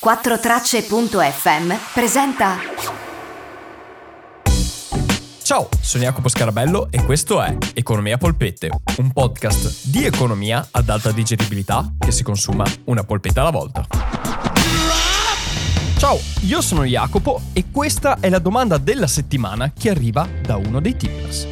4tracce.fm presenta. Ciao, sono Jacopo Scarabello e questo è Economia Polpette, un podcast di economia ad alta digeribilità che si consuma una polpetta alla volta. Ciao, io sono Jacopo e questa è la domanda della settimana che arriva da uno dei tippers.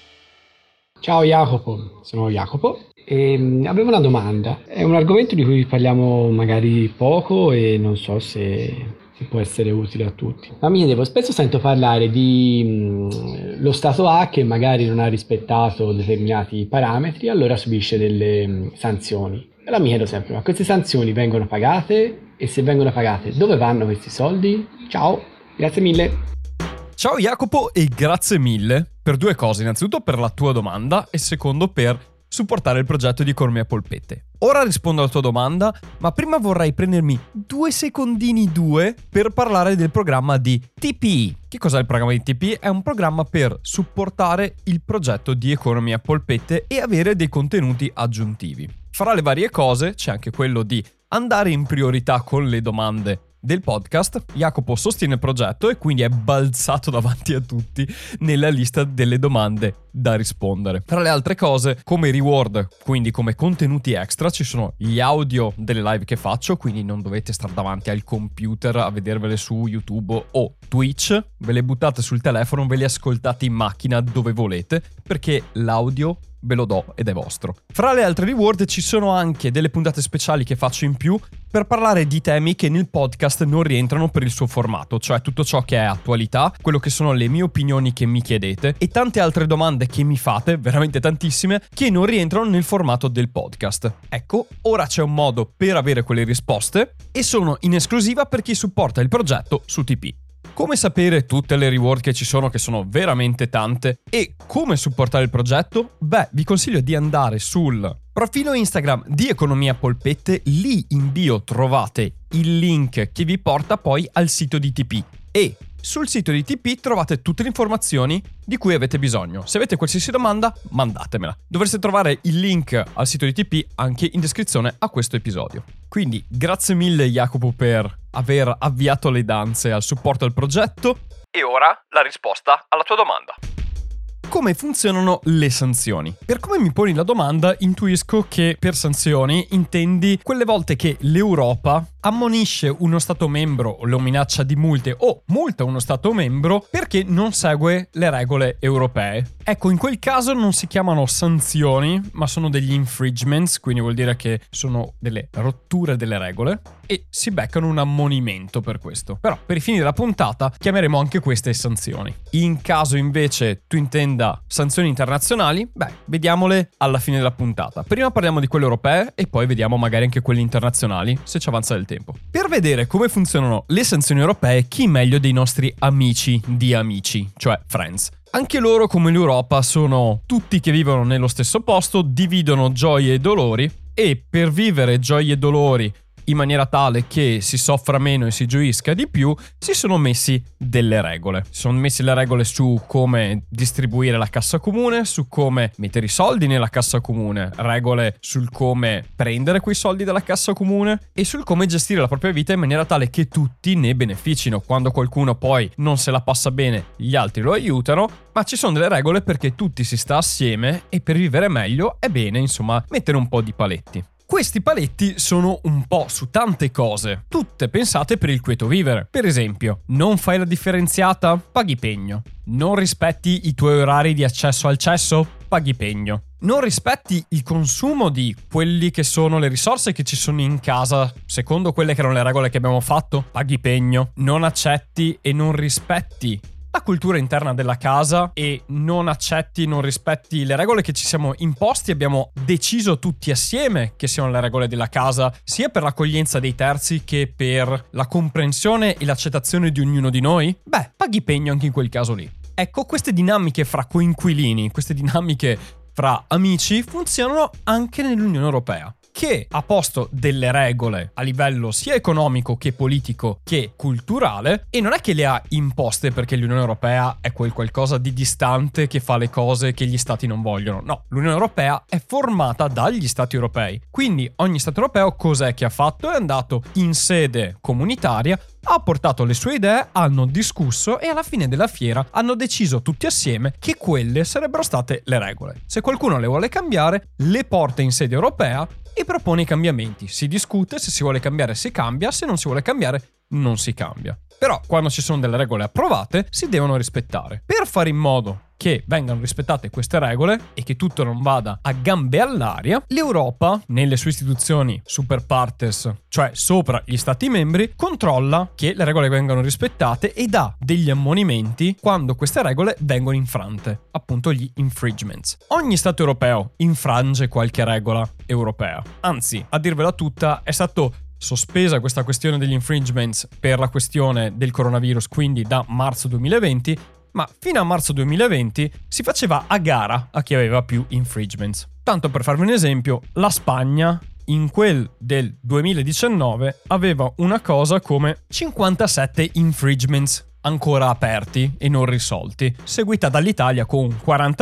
Ciao Jacopo, sono Jacopo e avevo una domanda. È un argomento di cui parliamo magari poco e non so se può essere utile a tutti. Ma mi chiedevo, spesso sento parlare di lo Stato A che magari non ha rispettato determinati parametri, allora subisce delle sanzioni. Allora mi chiedo sempre, ma queste sanzioni vengono pagate? E se vengono pagate, dove vanno questi soldi? Ciao, grazie mille. Ciao Jacopo e grazie mille per due cose. Innanzitutto per la tua domanda e secondo per supportare il progetto di Economia Polpette. Ora rispondo alla tua domanda, ma prima vorrei prendermi 2 secondini per parlare del programma di TPE. Che cos'è il programma di TPE? È un programma per supportare il progetto di Economia Polpette e avere dei contenuti aggiuntivi. Fra le varie cose c'è anche quello di andare in priorità con le domande del podcast. Jacopo sostiene il progetto e quindi è balzato davanti a tutti nella lista delle domande da rispondere. Tra le altre cose, come reward, quindi come contenuti extra, ci sono gli audio delle live che faccio, quindi non dovete stare davanti al computer a vedervele su YouTube o Twitch, ve le buttate sul telefono, ve le ascoltate in macchina dove volete, perché l'audio ve lo do ed è vostro. Fra le altre reward ci sono anche delle puntate speciali che faccio in più per parlare di temi che nel podcast non rientrano per il suo formato, cioè tutto ciò che è attualità, quello che sono le mie opinioni che mi chiedete e tante altre domande che mi fate, veramente tantissime, che non rientrano nel formato del podcast. Ecco, ora c'è un modo per avere quelle risposte e sono in esclusiva per chi supporta il progetto su TP. Come sapere tutte le reward che ci sono, che sono veramente tante, e come supportare il progetto? Beh, vi consiglio di andare sul profilo Instagram di Economia Polpette, lì in bio trovate il link che vi porta poi al sito di TP e sul sito di TP trovate tutte le informazioni di cui avete bisogno. Se avete qualsiasi domanda, mandatemela. Dovreste trovare il link al sito di TP anche in descrizione a questo episodio. Quindi grazie mille Jacopo per aver avviato le danze al supporto al progetto. E ora la risposta alla tua domanda. Come funzionano le sanzioni? Per come mi poni la domanda, intuisco che per sanzioni intendi quelle volte che l'Europa ammonisce uno Stato membro o lo minaccia di multe o multa uno Stato membro perché non segue le regole europee. Ecco, in quel caso non si chiamano sanzioni, ma sono degli infringements, quindi vuol dire che sono delle rotture delle regole e si beccano un ammonimento per questo. Però per i fini della puntata chiameremo anche queste sanzioni. In caso invece tu intenda sanzioni internazionali, vediamole alla fine della puntata. Prima parliamo di quelle europee e poi vediamo magari anche quelle internazionali, se ci avanza del tempo. Per vedere come funzionano le sanzioni europee, chi meglio dei nostri amici di amici, cioè friends. Anche loro, come l'Europa, sono tutti che vivono nello stesso posto, dividono gioie e dolori e per vivere gioie e dolori in maniera tale che si soffra meno e si gioisca di più, si sono messi delle regole. Si sono messi le regole su come distribuire la cassa comune, su come mettere i soldi nella cassa comune, regole sul come prendere quei soldi dalla cassa comune e sul come gestire la propria vita in maniera tale che tutti ne beneficino. Quando qualcuno poi non se la passa bene, gli altri lo aiutano, ma ci sono delle regole perché tutti si sta assieme e per vivere meglio è bene, insomma, mettere un po' di paletti. Questi paletti sono un po' su tante cose, tutte pensate per il quieto vivere. Per esempio, non fai la differenziata? Paghi pegno. Non rispetti i tuoi orari di accesso al cesso? Paghi pegno. Non rispetti il consumo di quelli che sono le risorse che ci sono in casa, secondo quelle che erano le regole che abbiamo fatto? Paghi pegno. Non accetti e non rispetti la cultura interna della casa e non accetti, non rispetti le regole che ci siamo imposti, abbiamo deciso tutti assieme che siano le regole della casa, sia per l'accoglienza dei terzi che per la comprensione e l'accettazione di ognuno di noi? Paghi pegno anche in quel caso lì. Ecco, queste dinamiche fra coinquilini, queste dinamiche fra amici funzionano anche nell'Unione Europea. che ha posto delle regole a livello sia economico che politico che culturale, e non è che le ha imposte perché l'Unione Europea è quel qualcosa di distante che fa le cose che gli stati non vogliono. No, l'Unione Europea è formata dagli stati europei. Quindi ogni stato europeo cos'è che ha fatto? È andato in sede comunitaria, ha portato le sue idee, hanno discusso e alla fine della fiera hanno deciso tutti assieme che quelle sarebbero state le regole. Se qualcuno le vuole cambiare, le porta in sede europea e propone i cambiamenti. Si discute, se si vuole cambiare si cambia, se non si vuole cambiare non si cambia. Però quando ci sono delle regole approvate si devono rispettare. Per fare in modo che vengano rispettate queste regole e che tutto non vada a gambe all'aria, l'Europa, nelle sue istituzioni super partes, cioè sopra gli stati membri, controlla che le regole vengano rispettate e dà degli ammonimenti quando queste regole vengono infrante, appunto gli infringements. Ogni stato europeo infrange qualche regola europea. Anzi, a dirvela tutta, è stato sospesa questa questione degli infringements per la questione del coronavirus, quindi da marzo 2020, ma fino a marzo 2020 si faceva a gara a chi aveva più infringements. Tanto per farvi un esempio, la Spagna in quel del 2019 aveva una cosa come 57 infringements ancora aperti e non risolti, seguita dall'Italia con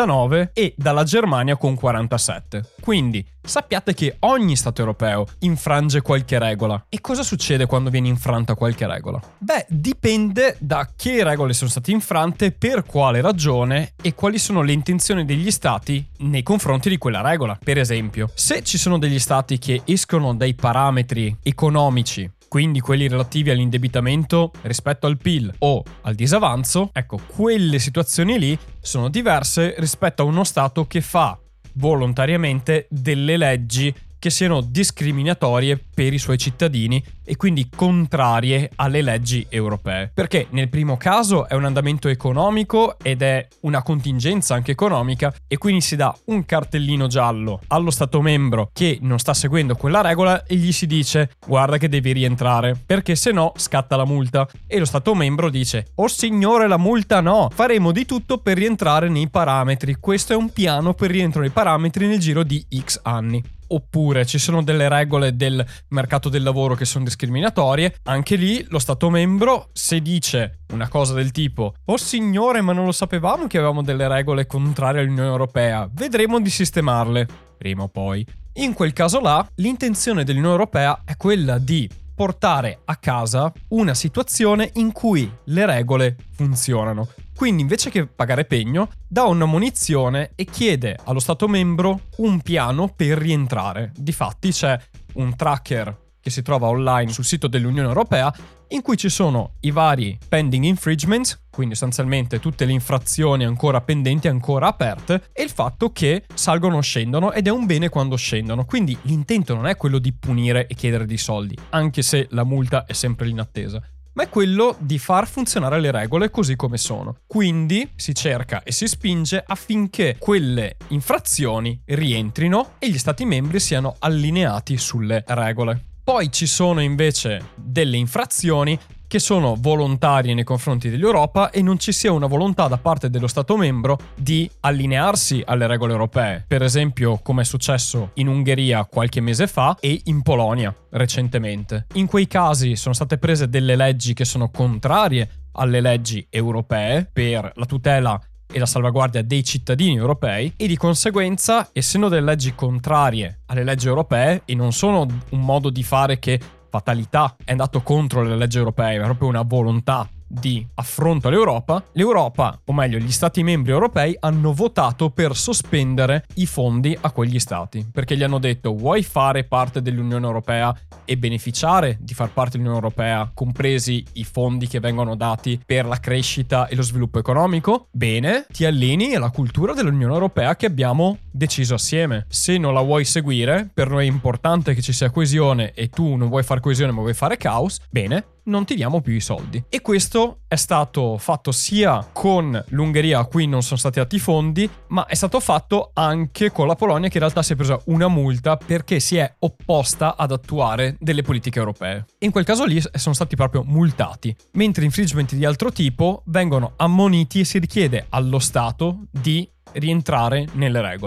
49 e dalla Germania con 47. Quindi sappiate che ogni stato europeo infrange qualche regola. E cosa succede quando viene infranta qualche regola? Beh, dipende da che regole sono state infrante, per quale ragione e quali sono le intenzioni degli stati nei confronti di quella regola. Per esempio, se ci sono degli stati che escono dai parametri economici, quindi quelli relativi all'indebitamento rispetto al PIL o al disavanzo, ecco, quelle situazioni lì sono diverse rispetto a uno Stato che fa volontariamente delle leggi che siano discriminatorie per i suoi cittadini e quindi contrarie alle leggi europee. Perché nel primo caso è un andamento economico ed è una contingenza anche economica e quindi si dà un cartellino giallo allo Stato membro che non sta seguendo quella regola e gli si dice guarda che devi rientrare perché se no scatta la multa, e lo Stato membro dice oh signore la multa no, faremo di tutto per rientrare nei parametri, questo è un piano per rientro nei parametri nel giro di X anni. Oppure ci sono delle regole del mercato del lavoro che sono discriminatorie, anche lì lo Stato membro se dice una cosa del tipo oh signore ma non lo sapevamo che avevamo delle regole contrarie all'Unione Europea, vedremo di sistemarle prima o poi. In quel caso là l'intenzione dell'Unione Europea è quella di portare a casa una situazione in cui le regole funzionano. Quindi invece che pagare pegno, dà una munizione e chiede allo Stato membro un piano per rientrare. Difatti c'è un tracker che si trova online sul sito dell'Unione Europea in cui ci sono i vari pending infringements, quindi sostanzialmente tutte le infrazioni ancora pendenti, ancora aperte, e il fatto che salgono o scendono, ed è un bene quando scendono. Quindi l'intento non è quello di punire e chiedere dei soldi, anche se la multa è sempre in attesa, ma è quello di far funzionare le regole così come sono. Quindi si cerca e si spinge affinché quelle infrazioni rientrino e gli stati membri siano allineati sulle regole. Poi ci sono invece delle infrazioni che sono volontarie nei confronti dell'Europa e non ci sia una volontà da parte dello Stato membro di allinearsi alle regole europee. Per esempio, come è successo in Ungheria qualche mese fa e in Polonia recentemente. In quei casi sono state prese delle leggi che sono contrarie alle leggi europee per la tutela e la salvaguardia dei cittadini europei, e di conseguenza, essendo delle leggi contrarie alle leggi europee e non sono un modo di fare che fatalità è andato contro le leggi europee, ma è proprio una volontà di affronto all'Europa, l'Europa, o meglio gli stati membri europei, hanno votato per sospendere i fondi a quegli stati, perché gli hanno detto vuoi fare parte dell'Unione Europea e beneficiare di far parte dell'Unione Europea, compresi i fondi che vengono dati per la crescita e lo sviluppo economico? Bene, ti allini alla cultura dell'Unione Europea che abbiamo deciso assieme. Se non la vuoi seguire, per noi è importante che ci sia coesione e tu non vuoi fare coesione ma vuoi fare caos, bene, non ti diamo più i soldi. E questo è stato fatto sia con l'Ungheria, a cui non sono stati dati i fondi, ma è stato fatto anche con la Polonia, che in realtà si è presa una multa perché si è opposta ad attuare delle politiche europee. In quel caso lì sono stati proprio multati, mentre infringement di altro tipo vengono ammoniti e si richiede allo Stato di rientrare nelle regole.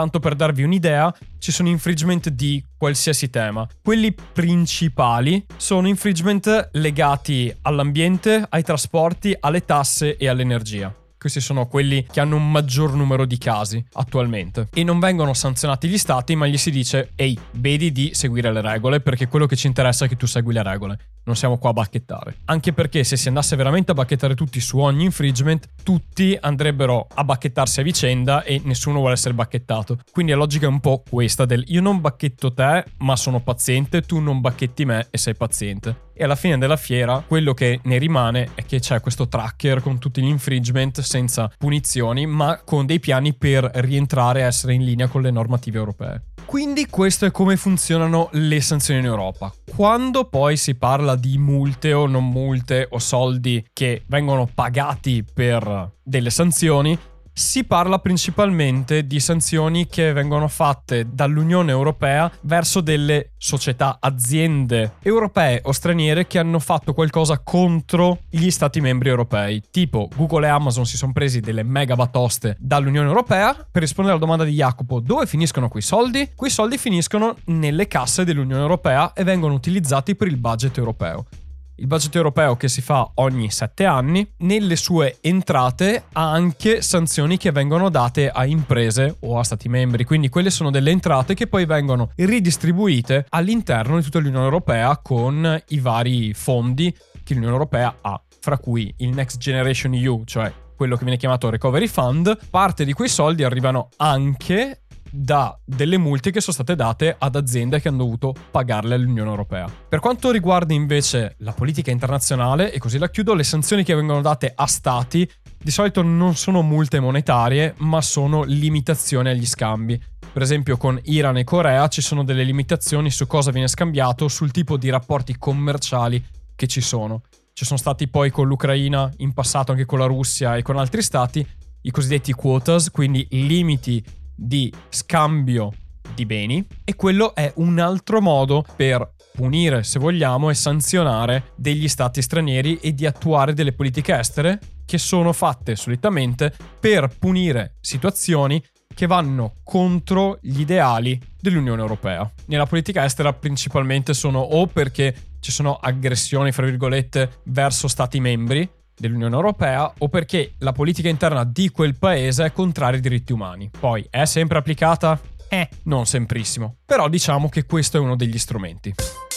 tanto per darvi un'idea, ci sono infringement di qualsiasi tema. Quelli principali sono infringement legati all'ambiente, ai trasporti, alle tasse e all'energia. Questi sono quelli che hanno un maggior numero di casi attualmente. E non vengono sanzionati gli stati, ma gli si dice: ehi, vedi di seguire le regole, perché quello che ci interessa è che tu segui le regole. Non siamo qua a bacchettare. Anche perché se si andasse veramente a bacchettare tutti su ogni infringement, tutti andrebbero a bacchettarsi a vicenda e nessuno vuole essere bacchettato. Quindi la logica è un po' questa del: io non bacchetto te, ma sono paziente, tu non bacchetti me e sei paziente. E alla fine della fiera quello che ne rimane è che c'è questo tracker con tutti gli infringement senza punizioni, ma con dei piani per rientrare e essere in linea con le normative europee. Quindi questo è come funzionano le sanzioni in Europa. Quando poi si parla di multe o non multe o soldi che vengono pagati per delle sanzioni, si parla principalmente di sanzioni che vengono fatte dall'Unione Europea verso delle società, aziende europee o straniere che hanno fatto qualcosa contro gli stati membri europei. Tipo Google e Amazon si sono presi delle mega batoste dall'Unione Europea. Per rispondere alla domanda di Jacopo, dove finiscono quei soldi? Quei soldi finiscono nelle casse dell'Unione Europea e vengono utilizzati per il budget europeo. Il budget europeo che si fa ogni 7 anni, nelle sue entrate ha anche sanzioni che vengono date a imprese o a stati membri, quindi quelle sono delle entrate che poi vengono ridistribuite all'interno di tutta l'Unione Europea con i vari fondi che l'Unione Europea ha, fra cui il Next Generation EU, cioè quello che viene chiamato Recovery Fund. Parte di quei soldi arrivano anche da delle multe che sono state date ad aziende che hanno dovuto pagarle all'Unione Europea. Per quanto riguarda invece la politica internazionale, e così la chiudo, le sanzioni che vengono date a stati di solito non sono multe monetarie, ma sono limitazioni agli scambi. Per esempio con Iran e Corea ci sono delle limitazioni su cosa viene scambiato, sul tipo di rapporti commerciali che ci sono. Ci sono stati poi con l'Ucraina, in passato anche con la Russia e con altri stati, i cosiddetti quotas, quindi limiti di scambio di beni, e quello è un altro modo per punire, se vogliamo, e sanzionare degli stati stranieri e di attuare delle politiche estere che sono fatte solitamente per punire situazioni che vanno contro gli ideali dell'Unione Europea. Nella politica estera principalmente sono o perché ci sono aggressioni, fra virgolette, verso stati membri dell'Unione Europea, o perché la politica interna di quel paese è contraria ai diritti umani. Poi, è sempre applicata? Non semprissimo. Però diciamo che questo è uno degli strumenti.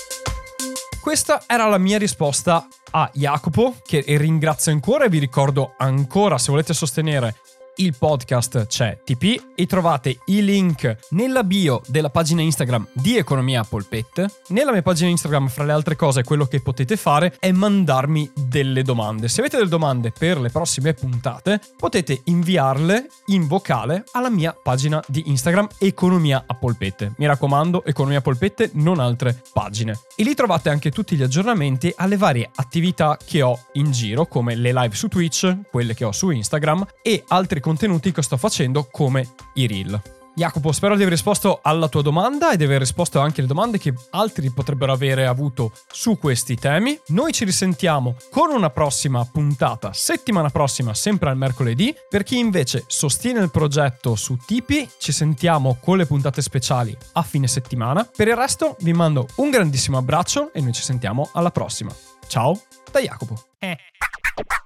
Questa era la mia risposta a Jacopo, che ringrazio ancora, e vi ricordo ancora, se volete sostenere il podcast c'è TP e trovate i link nella bio della pagina Instagram di Economia Polpette. Nella mia pagina Instagram, fra le altre cose, quello che potete fare è mandarmi delle domande. Se avete delle domande per le prossime puntate, potete inviarle in vocale alla mia pagina di Instagram Economia a Polpette. Mi raccomando, Economia Polpette, non altre pagine. E lì trovate anche tutti gli aggiornamenti alle varie attività che ho in giro, come le live su Twitch, quelle che ho su Instagram e altri contenuti che sto facendo come i reel. Jacopo, spero di aver risposto alla tua domanda e di aver risposto anche alle domande che altri potrebbero avere avuto su questi temi. Noi ci risentiamo con una prossima puntata settimana prossima, sempre al mercoledì. Per chi invece sostiene il progetto su Tipeee, ci sentiamo con le puntate speciali a fine settimana. Per il resto vi mando un grandissimo abbraccio e noi ci sentiamo alla prossima. Ciao da Jacopo.